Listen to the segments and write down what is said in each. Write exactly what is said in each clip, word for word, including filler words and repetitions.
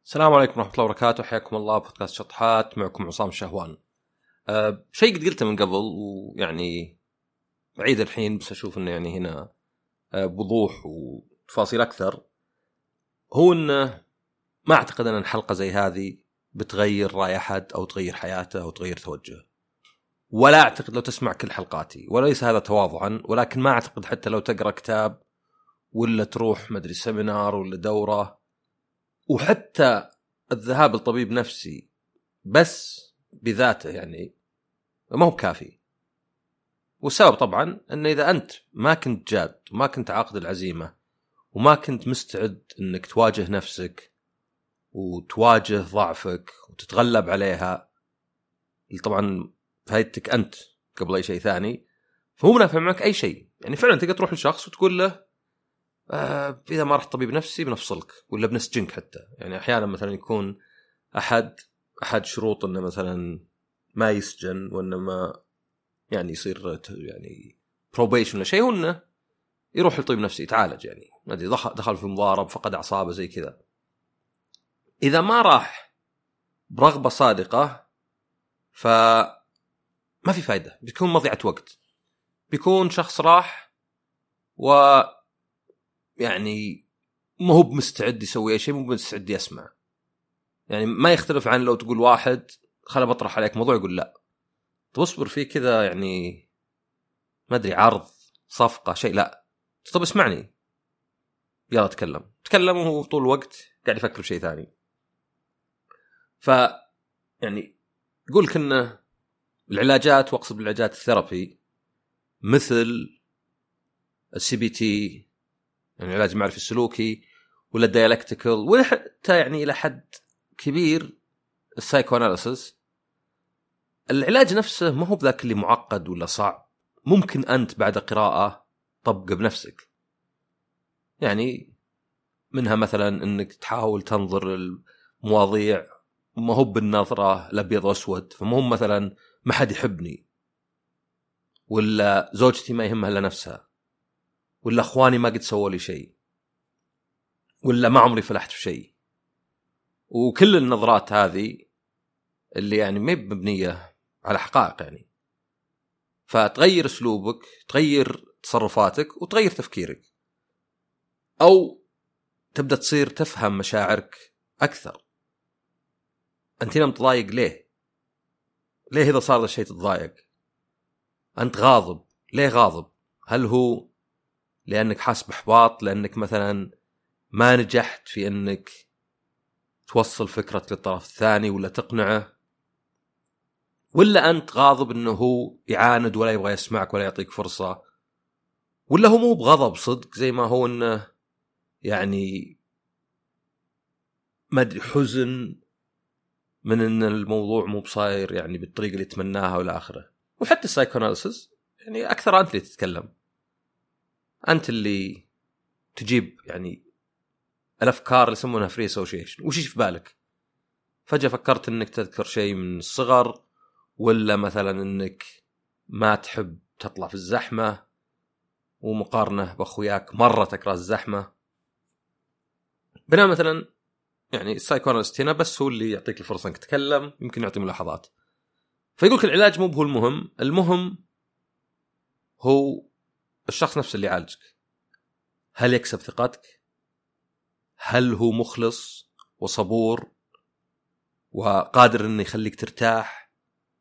السلام عليكم ورحمة الله وبركاته. حياكم الله بودكاست شطحات، معكم عصام الشهوان. أه شيء قد قلته من قبل ويعني بعيد الحين، بس أشوف إنه يعني هنا أه بوضوح وتفاصيل أكثر. هو إنه ما أعتقد أن الحلقة زي هذه بتغير رأي أحد أو تغير حياته أو تغير توجهه، ولا أعتقد لو تسمع كل حلقاتي، وليس هذا تواضعا، ولكن ما أعتقد حتى لو تقرأ كتاب ولا تروح مدري سيمينار ولا دورة، وحتى الذهاب لطبيب نفسي بس بذاته يعني ما هو كافي. والسبب طبعا أن إذا أنت ما كنت جاد وما كنت عاقد العزيمة وما كنت مستعد أنك تواجه نفسك وتواجه ضعفك وتتغلب عليها، طبعا فايدتك أنت قبل أي شيء ثاني، فهو نافع معك أي شيء. يعني فعلا تقدر تروح لشخص وتقول له آه إذا ما رحت طبيب نفسي بنفصلك ولا بنسجنك حتى. يعني أحيانا مثلا يكون أحد أحد شروط أنه مثلا ما يسجن وإنما يعني يصير يعني probation ولا شيء، وإنه يروح لطبيب نفسي يتعالج. يعني ما أدري دخل دخل في مضارب، فقد أعصابه زي كذا. إذا ما راح برغبة صادقة فما في فايدة، بيكون مضيعة وقت، بيكون شخص راح و يعني ما هو بمستعد يسوي أي شيء، مو بمستعد يسمع. يعني ما يختلف عن لو تقول واحد خل بطرح عليك موضوع يقول لا، تصبر فيه كذا يعني ما أدري عرض صفقة شيء، لا طب اسمعني يلا تكلم تكلم وهو طول الوقت قاعد يفكر بشيء ثاني. ف يعني يقول كأنه العلاجات، واقصد بالعلاجات الثيرابي، مثل السي بي تي يعني العلاج المعرفي السلوكي، ولا الديالكتيكال، ولا حتى يعني إلى حد كبير السايكواناليسيس. العلاج نفسه ما هو بذاك اللي معقد ولا صعب، ممكن أنت بعد قراءة طبقه بنفسك. يعني منها مثلا أنك تحاول تنظر المواضيع ما هو بالنظرة الأبيض وأسود، فما هو مثلا ما حد يحبني، ولا زوجتي ما يهمها إلا نفسها، ولا أخواني ما قد سووا لي شيء، ولا ما عمري فلحت في شيء. وكل النظرات هذه اللي يعني ما مبنية على حقائق، يعني فتغير أسلوبك، تغير تصرفاتك، وتغير تفكيرك، أو تبدأ تصير تفهم مشاعرك أكثر. أنت هنا متضايق ليه؟ ليه إذا صار ذا الشيء تتضايق؟ أنت غاضب ليه غاضب؟ هل هو لأنك حاس بإحباط، لأنك مثلا ما نجحت في أنك توصل فكرة للطرف الثاني ولا تقنعه، ولا أنت غاضب أنه هو يعاند ولا يبغى يسمعك ولا يعطيك فرصة، ولا هو مو بغضب صدق زي ما هو أنه يعني ما أدري حزن من أن الموضوع مو بصاير يعني بالطريقة اللي يتمناها ولا آخره. وحتى السايكوناليسيس يعني أكثر أنت اللي تتكلم، أنت اللي تجيب يعني الأفكار اللي يسمونها فري أسوشيشن. وش في بالك؟ فجأة فكرت أنك تذكر شيء من الصغر، ولا مثلا أنك ما تحب تطلع في الزحمة ومقارنة بأخوياك مرة تكره الزحمة. بينما مثلا يعني السايكوناليست هنا بس هو اللي يعطيك الفرصة أنك تتكلم، يمكن يعطي ملاحظات. فيقولك العلاج مو هو المهم، المهم هو الشخص نفسه اللي يعالجك. هل يكسب ثقتك؟ هل هو مخلص وصبور وقادر أنه يخليك ترتاح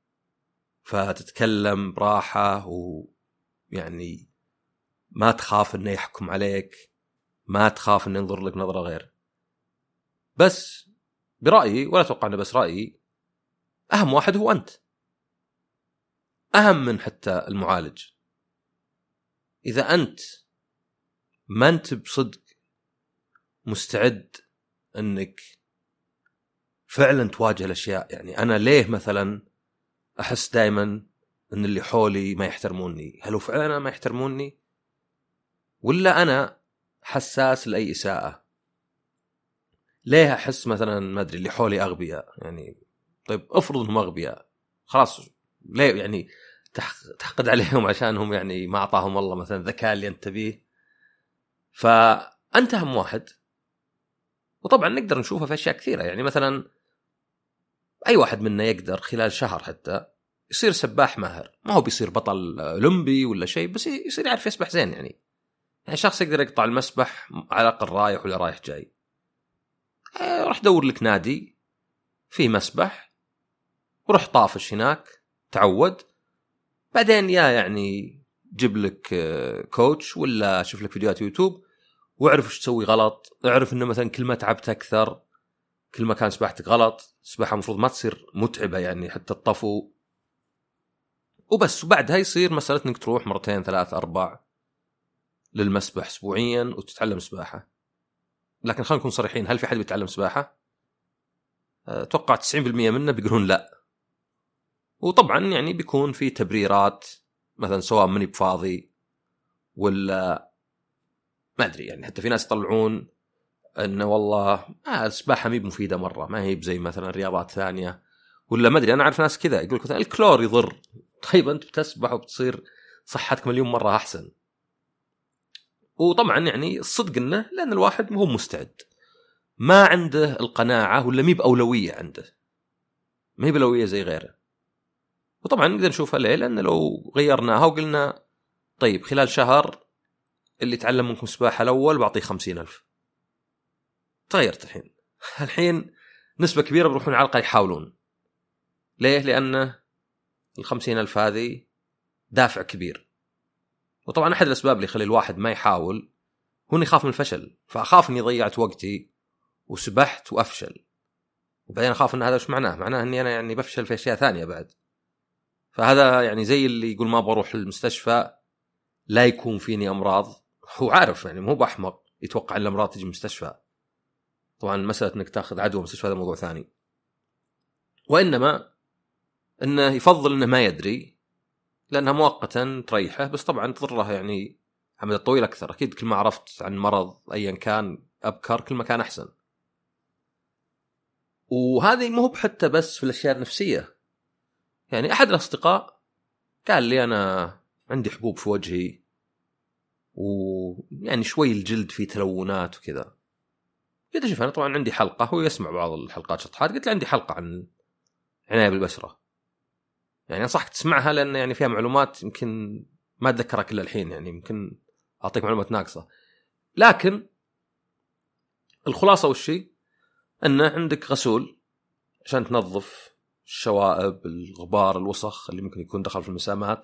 فتتكلم براحة، ويعني ما تخاف أنه يحكم عليك، ما تخاف أنه ينظر لك نظرة غير؟ بس برأيي، ولا أتوقع أنه بس رأيي، أهم واحد هو أنت، أهم من حتى المعالج. إذا أنت ما أنت بصدق مستعد أنك فعلا تواجه الأشياء، يعني أنا ليه مثلا أحس دائما أن اللي حولي ما يحترموني؟ هل هو فعلا ما يحترموني، ولا أنا حساس لأي إساءة؟ ليه أحس مثلا ما أدري اللي حولي أغبياء؟ يعني طيب أفرض أنهم أغبياء، خلاص ليه يعني تحقد عليهم عشانهم يعني ما أعطاهم الله مثلا ذكاء اللي أنت بيه؟ فأنت أهم واحد. وطبعا نقدر نشوفها في اشياء كثيره. يعني مثلا اي واحد منا يقدر خلال شهر حتى يصير سباح ماهر، ما هو بيصير بطل اولمبي ولا شيء، بس يصير يعرف يسبح زين. يعني يعني شخص يقدر يقطع المسبح على الاقل رايح ولا رايح جاي. راح دور لك نادي فيه مسبح وروح طافش هناك تعود، بعدين يا يعني جيب لك كوتش ولا شوف لك فيديوهات يوتيوب واعرف ايش تسوي غلط. اعرف انه مثلا كل ما تعبت اكثر كل ما كان سباحتك غلط. السباحه المفروض ما تصير متعبه يعني حتى الطفو وبس. وبعدها يصير مساله انك تروح مرتين ثلاث اربع للمسبح اسبوعيا وتتعلم سباحه. لكن خلينا نكون صريحين، هل في حد بيتعلم سباحه؟ اتوقع تسعين بالمئة منه بيقولون لا. وطبعا يعني بيكون في تبريرات، مثلا سواء مني بفاضي ولا ما ادري. يعني حتى في ناس يطلعون انه والله آه السباحه مي مفيده مره، ما هي زي مثلا رياضات ثانيه ولا ما ادري. انا اعرف ناس كذا يقول مثلا الكلور يضر. طيب انت بتسبح وبتصير صحتك مليون مره احسن. وطبعا يعني الصدق انه لان الواحد مو مستعد، ما عنده القناعه ولا مي باولويه عنده، ما هي باولويه زي غيره. وطبعا نقدر نشوفها ليه، لان لو غيرناها وقلنا طيب خلال شهر اللي تعلم منكم سباحه الاول بعطيه خمسين ألف، تغيرت الحين. الحين نسبة كبيرة بروحون على الأقل يحاولون. ليه؟ لأن الخمسين ألف هذه دافع كبير. وطبعا أحد الأسباب اللي يخلي الواحد ما يحاول هو إني خاف من الفشل. فأخاف إني ضيعت وقتي وسبحت وأفشل، وبعدين أخاف إن هذا وش معناه؟ معناه إني أنا يعني بفشل في أشياء ثانية بعد. فهذا يعني زي اللي يقول ما بروح المستشفى لا يكون فيني أمراض. هو عارف يعني مو بأحمق يتوقع أن الأمراض تجي مستشفى. طبعا مسألة أنك تأخذ عدوى مستشفى هذا موضوع ثاني. وإنما أنه يفضل أنه ما يدري لأنها مؤقتا تريحه، بس طبعا تضره يعني عمد الطويل أكثر. أكيد كل ما عرفت عن مرض أيا كان أبكر كل ما كان أحسن. وهذه مو بحتى بس في الأشياء النفسية. يعني أحد الأصدقاء قال لي أنا عندي حبوب في وجهي ويعني شوي الجلد فيه تلونات وكذا. قلت شوف أنا طبعا عندي حلقة، هو يسمع بعض الحلقات شطحات، قلت له عندي حلقة عن عناية بالبشرة، يعني أنصحك تسمعها لأن يعني فيها معلومات يمكن ما أتذكرها كل الحين، يعني يمكن أعطيك معلومات ناقصة. لكن الخلاصة والشيء أن عندك غسول عشان تنظف الشوائب الغبار الوسخ اللي ممكن يكون دخل في المسامات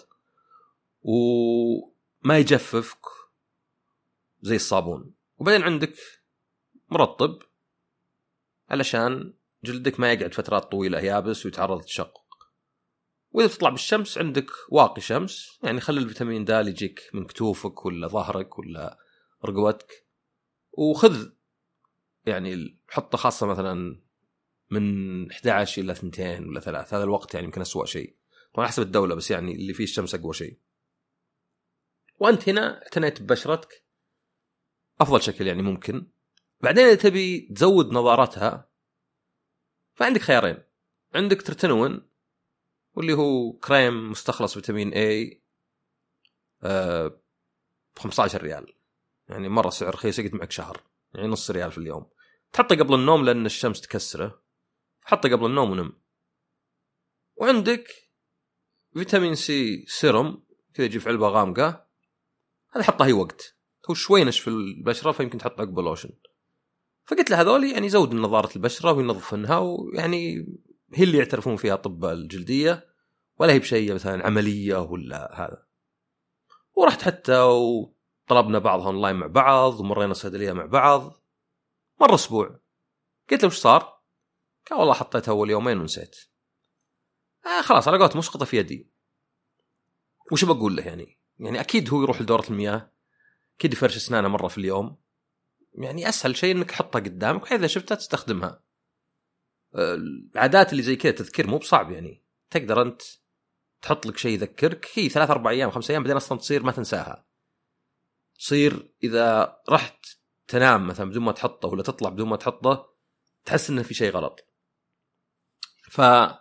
وما يجففك زي الصابون. وبعدين عندك مرطب علشان جلدك ما يقعد فترات طويلة يابس ويتعرض للتشقق. وإذا تطلع بالشمس عندك واقي شمس، يعني خلي الفيتامين د يجيك من كتوفك ولا ظهرك ولا رقبتك. وخذ يعني حطه خاصة مثلا من إحدى عشر إلى اثنين ولا ثلاث، هذا الوقت يعني يمكن أسوأ شيء طبعا حسب الدولة، بس يعني اللي فيه الشمس أقوى شيء. وأنت هنا اعتنيت ببشرتك أفضل شكل يعني ممكن. بعدين إذا تبي تزود نضارتها فعندك خيارين. عندك ترتنون واللي هو كريم مستخلص فيتامين A أه بخمسة عشر ريال، يعني مرة سعر رخيص، يقعد معك شهر، يعني نص ريال في اليوم. تحطه قبل النوم لأن الشمس تكسره، حطه قبل النوم ونم. وعندك فيتامين سي سيروم كذا يجي في علبة غامقة، هذا حطه أي وقت، هو شوي نشف في البشرة فيمكن تحط عقب لوشن. فقلت له هذول يعني يزود نظارة البشرة وينظفنها، ويعني هي اللي يعترفون فيها طب الجلدية، ولا هي بشيء مثلا عملية ولا هذا. ورحت حتى وطلبنا بعضها أونلاين مع بعض ومرينا الصيدلية مع بعض مرة أسبوع. قلت له وش صار؟ قال والله حطيتها أول يومين ونسيت. آه خلاص علاقات مسقطة في يدي. وش بقول له يعني؟ يعني أكيد هو يروح لدورة المياه، أكيد يفرش أسنانه مرة في اليوم، يعني أسهل شيء إنك حطها قدامك وحيث شفتها تستخدمها. العادات اللي زي كذا تذكير مو بصعب، يعني تقدر أنت تحط لك شيء يذكرك، هي ثلاث أربع أيام خمس أيام بعدين أصلا تصير ما تنساها. تصير إذا رحت تنام مثلا بدون ما تحطه ولا تطلع بدون ما تحطه تحس إنه في شيء غلط. ف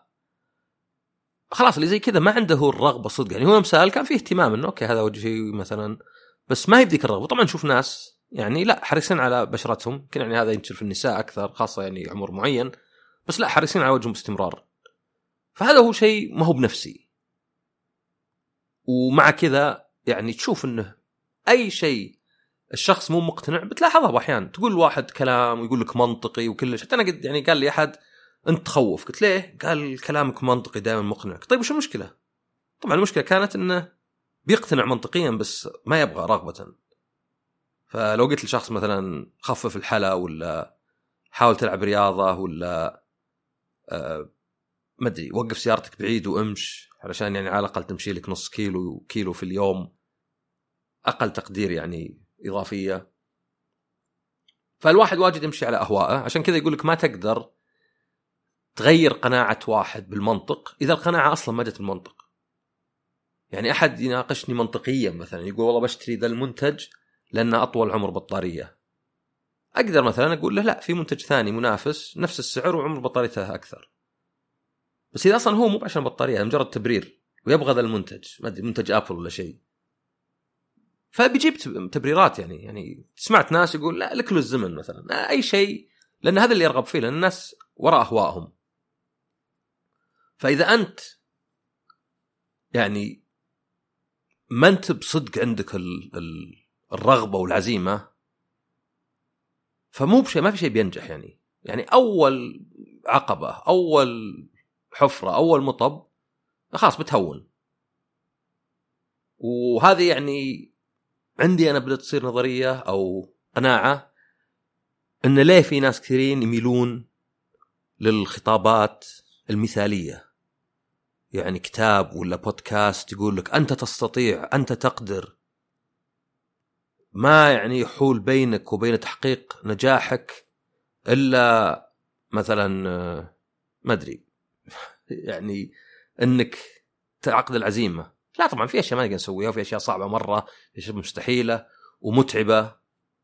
خلاص اللي زي كذا ما عنده الرغبة صدق، يعني هو مسأل كان فيه اهتمام إنه أوكي هذا وجهي مثلا، بس ما يبديك الرغبة. طبعا نشوف ناس يعني لا حريصين على بشرتهم، يمكن يعني هذا ينتشر في النساء أكثر خاصة يعني عمر معين، بس لا حريصين على وجههم باستمرار. فهذا هو شيء ما هو بنفسي. ومع كذا يعني تشوف انه اي شيء الشخص مو مقتنع بتلاحظها احيانا، تقول واحد كلام ويقول لك منطقي وكل شيء. انا قد يعني قال لي احد انت تخوف، قلت ليه؟ قال كلامك منطقي دائما مقنع. طيب وش المشكله؟ طبعا المشكله كانت انه بيقتنع منطقيا بس ما يبغى رغبه. فلو قلت لشخص مثلا خفف الحلا ولا حاول تلعب رياضه ولا أه ما ادري وقف سيارتك بعيد وامش علشان يعني على الاقل تمشي لك نص كيلو كيلو في اليوم، اقل تقدير يعني اضافيه. فالواحد واجد يمشي على اهواءه، عشان كذا يقول لك ما تقدر تغير قناعه واحد بالمنطق اذا القناعه اصلا ما جت بالمنطق. يعني احد يناقشني منطقيا مثلا يقول والله بشتري ذا المنتج لانه اطول عمر بطاريه، اقدر مثلا اقول له لا في منتج ثاني منافس نفس السعر وعمر بطاريته اكثر. بس اذا اصلا هو مو عشان بطاريه، مجرد تبرير ويبغى ذا المنتج، ما ادري منتج ابل ولا شيء، فبيجيب تبريرات. يعني يعني سمعت ناس يقول لا لك له الزمن مثلا، اي شيء، لان هذا اللي يرغب فيه، لان الناس وراء اهوائهم. فاذا انت يعني ما انت بصدق عندك الرغبه والعزيمه، فمو بشيء، ما في شيء بينجح. يعني يعني اول عقبه، اول حفره، اول مطب، خلاص بتهون. وهذه يعني عندي أنا بدأت تصير نظرية أو قناعة إن ليه في ناس كثيرين يميلون للخطابات المثالية. يعني كتاب ولا بودكاست يقول لك أنت تستطيع، أنت تقدر، ما يعني يحول بينك وبين تحقيق نجاحك إلا مثلا ما أدري يعني إنك تعقد العزيمة. لا طبعا في أشياء ما نقدر نسويها، وفي أشياء صعبة مرة، في أشياء مستحيلة ومتعبة.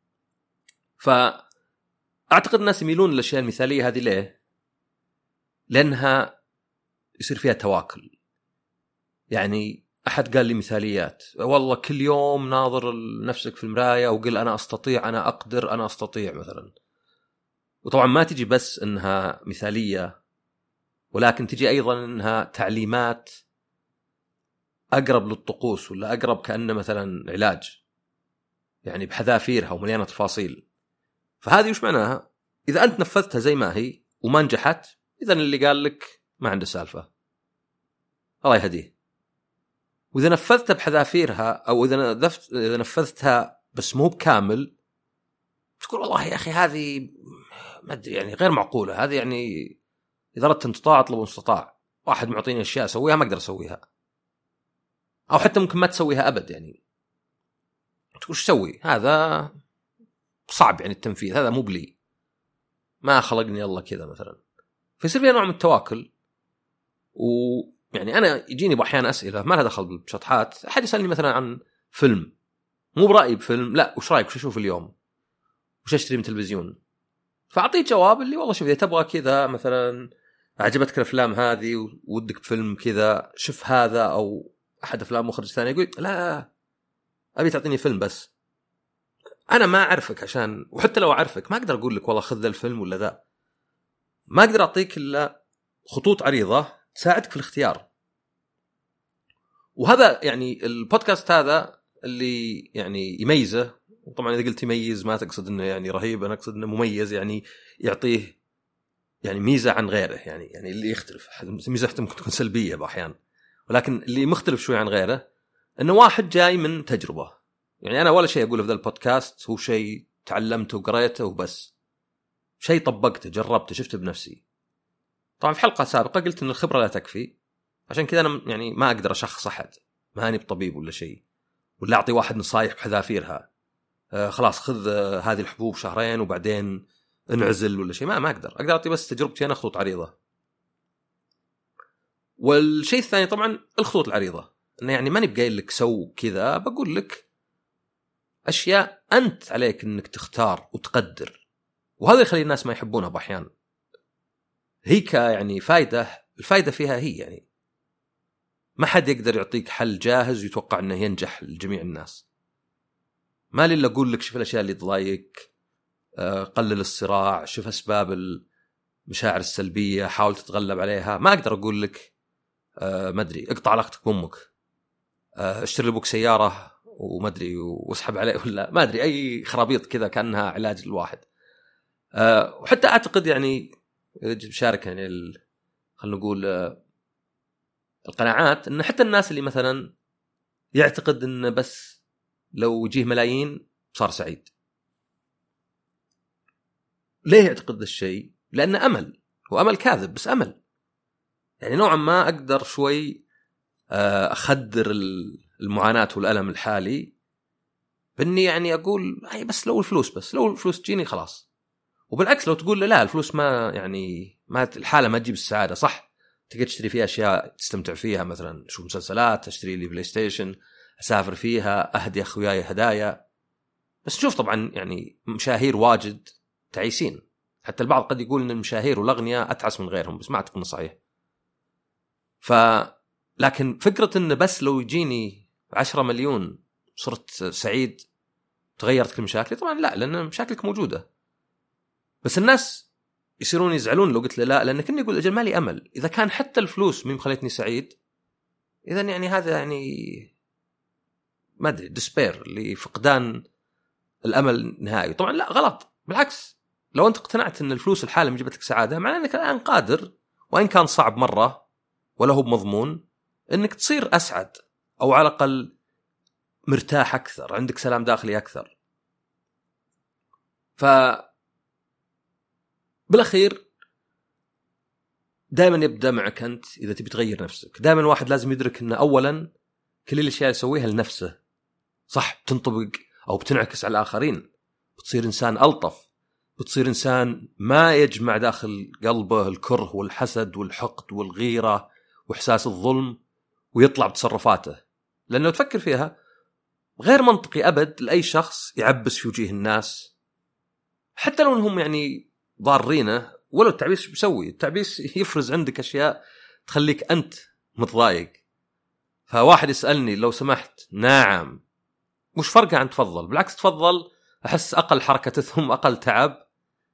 فأعتقد الناس يميلون للأشياء المثالية هذه. ليه؟ لأنها يصير فيها تواكل. يعني أحد قال لي مثاليات، والله كل يوم ناظر لنفسك في المراية وقل أنا أستطيع، أنا أقدر، أنا أستطيع مثلا. وطبعا ما تجي بس إنها مثالية، ولكن تجي أيضا إنها تعليمات أقرب للطقوس، ولا أقرب كأنه مثلا علاج، يعني بحذافيرها ومليانة تفاصيل. فهذه وش معناها؟ إذا أنت نفذتها زي ما هي وما نجحت، إذن اللي قال لك ما عنده سالفة، الله يهديه. وإذا نفذتها بحذافيرها، أو إذا إذا نفذتها بس مو بكامل، تقول والله يا أخي هذه ما أدري يعني غير معقولة، هذه يعني إذا أردت أن تطاع أطلب مستطاع، واحد معطيني أشياء أسويها ما أقدر أسويها، أو حتى ممكن ما تسويها أبد. يعني تقول شو سوي؟ هذا صعب يعني التنفيذ، هذا مو بلي، ما خلقني الله كذا مثلا. فيصير فيها نوع من التواكل. ويعني أنا يجيني بأحيان أسئلة ما لها دخل بالشطحات، أحد يسألني مثلا عن فيلم، مو برأيي بفيلم، لا وش رأيك، وش أشوف اليوم، وش أشتري من تلفزيون. فأعطيه جواب اللي والله شوف إذا تبغى كذا مثلا، عجبتك الأفلام هذه ودك بفيلم كذا، شوف هذا. أو أحد أفلام مخرج ثاني يقول لا أبي تعطيني فيلم بس، أنا ما أعرفك، عشان وحتى لو أعرفك ما أقدر أقول لك والله خذ ذا الفيلم ولا ذا. ما أقدر أعطيك إلا خطوط عريضة تساعدك في الاختيار. وهذا يعني البودكاست هذا اللي يعني يميزه. وطبعا إذا قلت يميز ما تقصد إنه يعني رهيب، أنا أقصد إنه مميز، يعني يعطيه يعني ميزة عن غيره. يعني يعني اللي يختلف، ميزة ممكن تكون سلبية بأحيان، ولكن اللي مختلف شوي عن غيره إنه واحد جاي من تجربة. يعني أنا ولا شيء أقوله في ذا البودكاست هو شيء تعلمته وقريته وبس، شيء طبقته، جربته، شفته بنفسي. طبعا في حلقة سابقة قلت إن الخبرة لا تكفي، عشان كذا أنا يعني ما أقدر أشخص أحد، ما أني بطبيب ولا شيء، ولا أعطي واحد نصايح بحذافيرها. آه خلاص خذ آه هذه الحبوب شهرين وبعدين انعزل ولا شيء. ما ما أقدر أقدر أعطي بس تجربتي أنا، خطوط عريضة. والشيء الثاني طبعا الخطوط العريضة، إنه يعني ماني بقايل لك سو كذا، بقول لك أشياء أنت عليك إنك تختار وتقدر. وهذا يخلي الناس ما يحبونها بأحيان. هيك يعني فايدة، الفايدة فيها هي يعني ما حد يقدر يعطيك حل جاهز ويتوقع أنه ينجح لجميع الناس. ما لي الا اقول لك شوف الاشياء اللي تضايقك، آه قلل الصراع، شوف اسباب المشاعر السلبيه، حاول تتغلب عليها. ما اقدر اقول لك آه ما ادري اقطع علاقتك بامك، آه اشتري لابوك سياره وما ادري واسحب عليه، ولا ما ادري اي خرابيط كذا كانها علاج للواحد. أه وحتى اعتقد يعني بشارك يعني ال... خلينا نقول أه القناعات، ان حتى الناس اللي مثلا يعتقد ان بس لو يجيه ملايين صار سعيد، ليه يعتقد ذا الشيء؟ لانه امل، هو امل كاذب بس امل. يعني نوعا ما اقدر شوي أه اخدر المعاناة والالم الحالي باني يعني اقول هاي بس لو الفلوس، بس لو الفلوس تجيني خلاص. وبالعكس لو تقول لا الفلوس ما يعني ما الحالة ما تجيب السعادة، صح تقدر تشتري فيها أشياء تستمتع فيها، مثلا شوف مسلسلات، أشتري لي بلاي ستيشن، أسافر فيها، أهدي أخوياي هدايا. بس شوف طبعا يعني مشاهير واجد تعيسين، حتى البعض قد يقول إن المشاهير والأغنياء أتعس من غيرهم، بس ما أعتقد إنه صحيح. ف لكن فكرة إن بس لو يجيني عشرة مليون صرت سعيد تغيرت كل مشاكلي، طبعا لا، لأن مشاكلك موجودة. بس الناس يصيرون يزعلون لو قلت له لا، لأنك إني يقول أجل مالي أمل. إذا كان حتى الفلوس مين خلتني سعيد، إذن يعني هذا يعني ما أدري ديسبير، لفقدان الأمل نهائي. طبعا لا، غلط، بالعكس. لو أنت اقتنعت أن الفلوس الحالة من جبت لك سعادة، معناه أنك الآن قادر، وإن كان صعب مرة ولا هو بمضمون، أنك تصير أسعد، أو على الأقل مرتاح أكثر، عندك سلام داخلي أكثر. ف بالأخير دائما يبدأ معك أنت. إذا تبي تغير نفسك، دائما الواحد لازم يدرك أن أولا كل الأشياء يسويها لنفسه صح بتنطبق أو بتنعكس على الآخرين، بتصير إنسان ألطف، بتصير إنسان ما يجمع داخل قلبه الكره والحسد والحقد والغيرة وإحساس الظلم ويطلع بتصرفاته. لأنه تفكر فيها غير منطقي أبد لأي شخص يعبس في وجيه الناس، حتى لو أنهم يعني ضارينه. ولو التعبيس بيسوي التعبيس يفرز عندك أشياء تخليك أنت متضايق. فواحد يسألني لو سمحت، نعم، مش فرقة عن تفضل، بالعكس تفضل، أحس أقل حركتهم أقل تعب،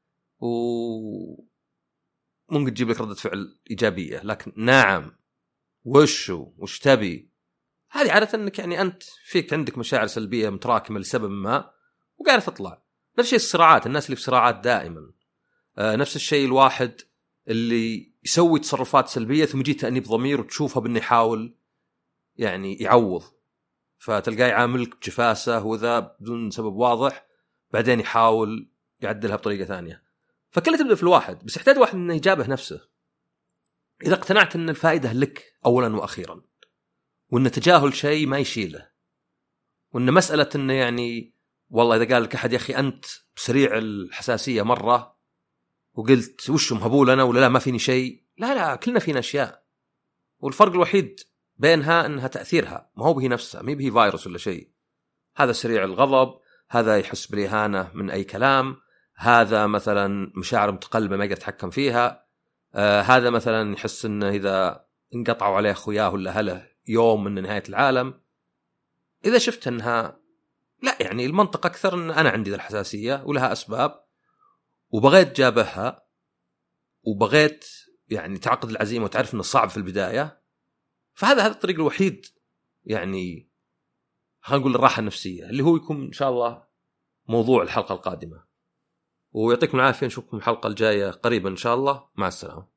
وممكن تجيب لك ردة فعل إيجابية. لكن نعم وشو وش تبي، هذه عادة أنك يعني أنت فيك عندك مشاعر سلبية متراكمة لسبب ما وقاعدة تطلع. نفس الشيء الصراعات، الناس اللي في صراعات دائما، آه نفس الشيء الواحد اللي يسوي تصرفات سلبية ثم يجي تأنيب ضمير وتشوفها بأنه يحاول يعني يعوض، فتلقاه يعاملك بجفاسة وذا بدون سبب واضح، بعدين يحاول يعدلها بطريقة ثانية. فكلها تبدأ في الواحد، بس يحتاج واحد أنه يجابه نفسه. إذا اقتنعت أن الفائدة لك أولا وأخيرا، وأن تجاهل شيء ما يشيله، وأن مسألة أنه يعني والله إذا قال لك أحد يا أخي أنت بسريع الحساسية مرة وقلت وش مهبول أنا ولا لا ما فيني شيء، لا لا كلنا فينا أشياء، والفرق الوحيد بينها أنها تأثيرها، ما هو به نفسها، ما به فيروس ولا شيء. هذا سريع الغضب، هذا يحس بالإهانة من أي كلام، هذا مثلا مشاعر متقلبة ما يقدر يتحكم فيها، آه هذا مثلا يحس أنه إذا انقطعوا عليه أخوياه ولا أهله يوم من نهاية العالم. إذا شفت أنها لا يعني المنطق أكثر أن أنا عندي ذا الحساسية ولها أسباب وبغيت جابها وبغيت يعني تعقد العزيمة وتعرف أنه صعب في البداية، فهذا هذا الطريق الوحيد يعني خلينا نقول الراحة النفسية، اللي هو يكون إن شاء الله موضوع الحلقة القادمة. ويعطيكم العافية، نشوفكم الحلقة الجاية قريبا إن شاء الله، مع السلامة.